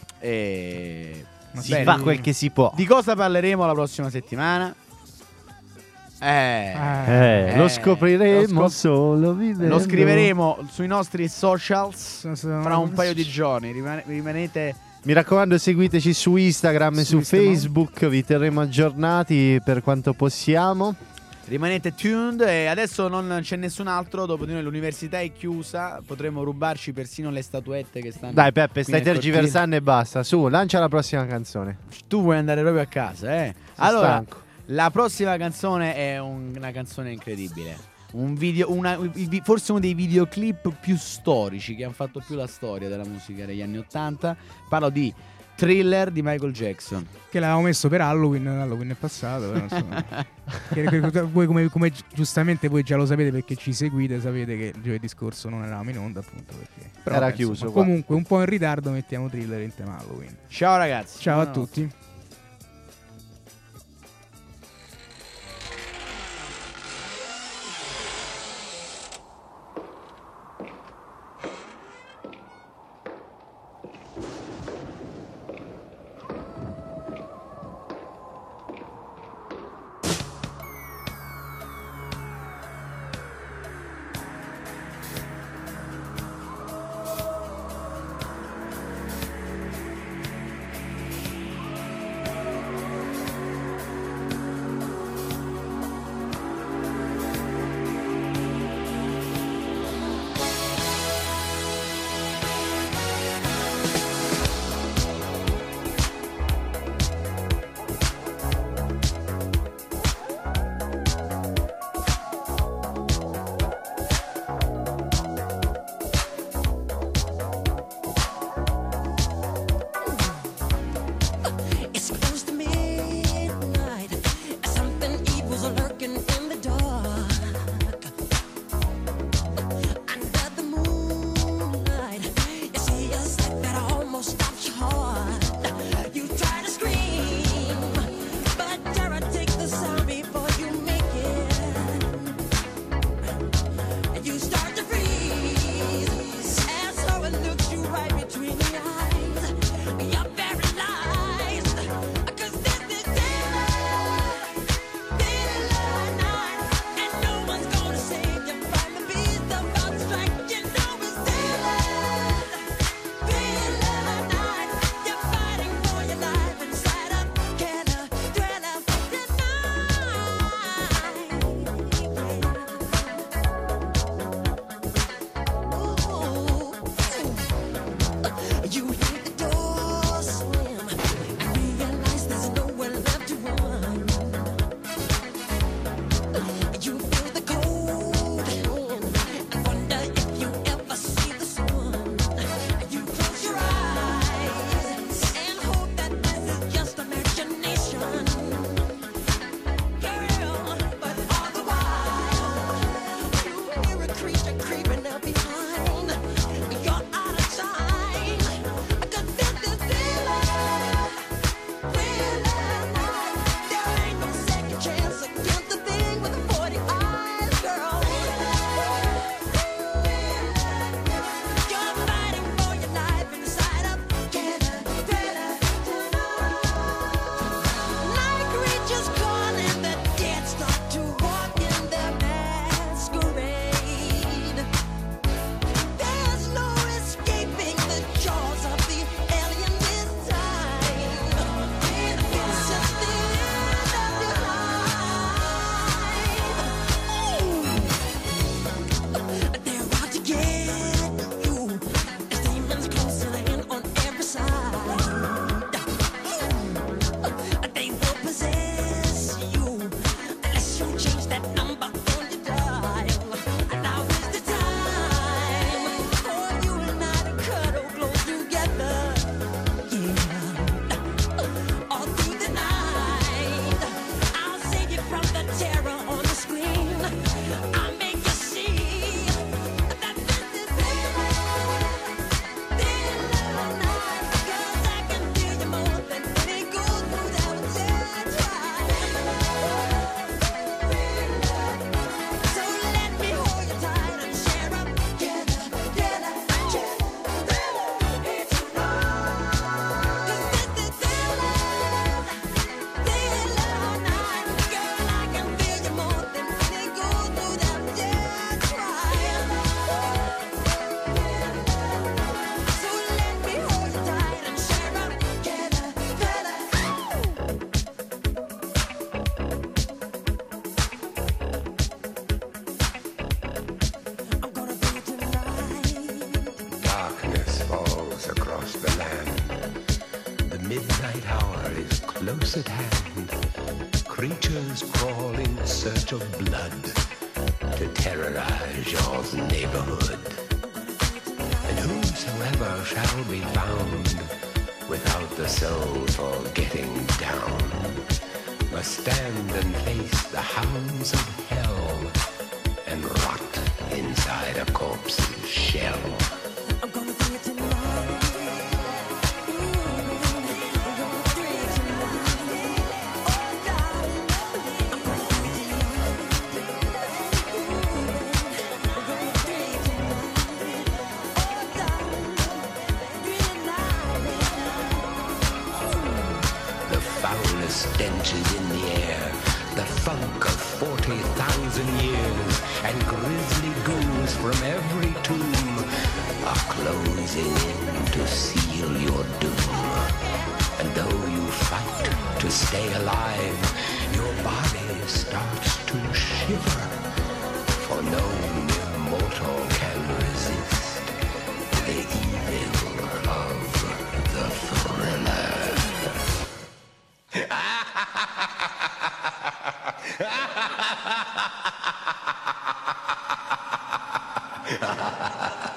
E... Ma si bene, fa di- quel che si può. Di cosa parleremo la prossima settimana? Eh, Eh, eh, lo scopriremo lo scop- solo vivendo. lo scriveremo sui nostri socials S- s- fra un paio di giorni. Rimane- rimanete Mi raccomando, seguiteci su Instagram e Su su Instagram. Facebook, vi terremo aggiornati per quanto possiamo. Rimanete tuned e adesso non c'è nessun altro, dopo di noi l'università è chiusa, potremo rubarci persino le statuette che stanno. Dai Peppe, qui stai nel tergiversando e basta. Su, lancia la prossima canzone. cortile. Tu vuoi andare proprio a casa, eh? Sono Allora, stanco. la prossima canzone è un- una canzone incredibile. Un video, una- il vi- forse uno dei videoclip più storici che hanno fatto più la storia della musica degli anni Ottanta. Parlo di Thriller di Michael Jackson. Che l'avevamo messo per Halloween, Halloween è passato, però insomma. Che- che- voi come, come giustamente voi già lo sapete perché ci seguite, sapete che il giovedì scorso non eravamo in onda, appunto perché però, Era beh, insomma, chiuso qua. comunque un po' in ritardo mettiamo Thriller in tema Halloween. Ciao ragazzi. Ciao a Buonanotte. tutti. night hour is close at hand. Creatures crawl in search of blood to terrorize your neighborhood. And whosoever shall be found without the soul for getting down must stand and face the hounds of hell and rot inside a corpse's shell. Stench is in the air, the funk of forty thousand years, and grisly ghouls from every tomb are closing in to seal your doom. And though you fight to stay alive, your body starts to shiver, for no mere mortal can resist the evil of the thriller. Ha ha ha ha ha!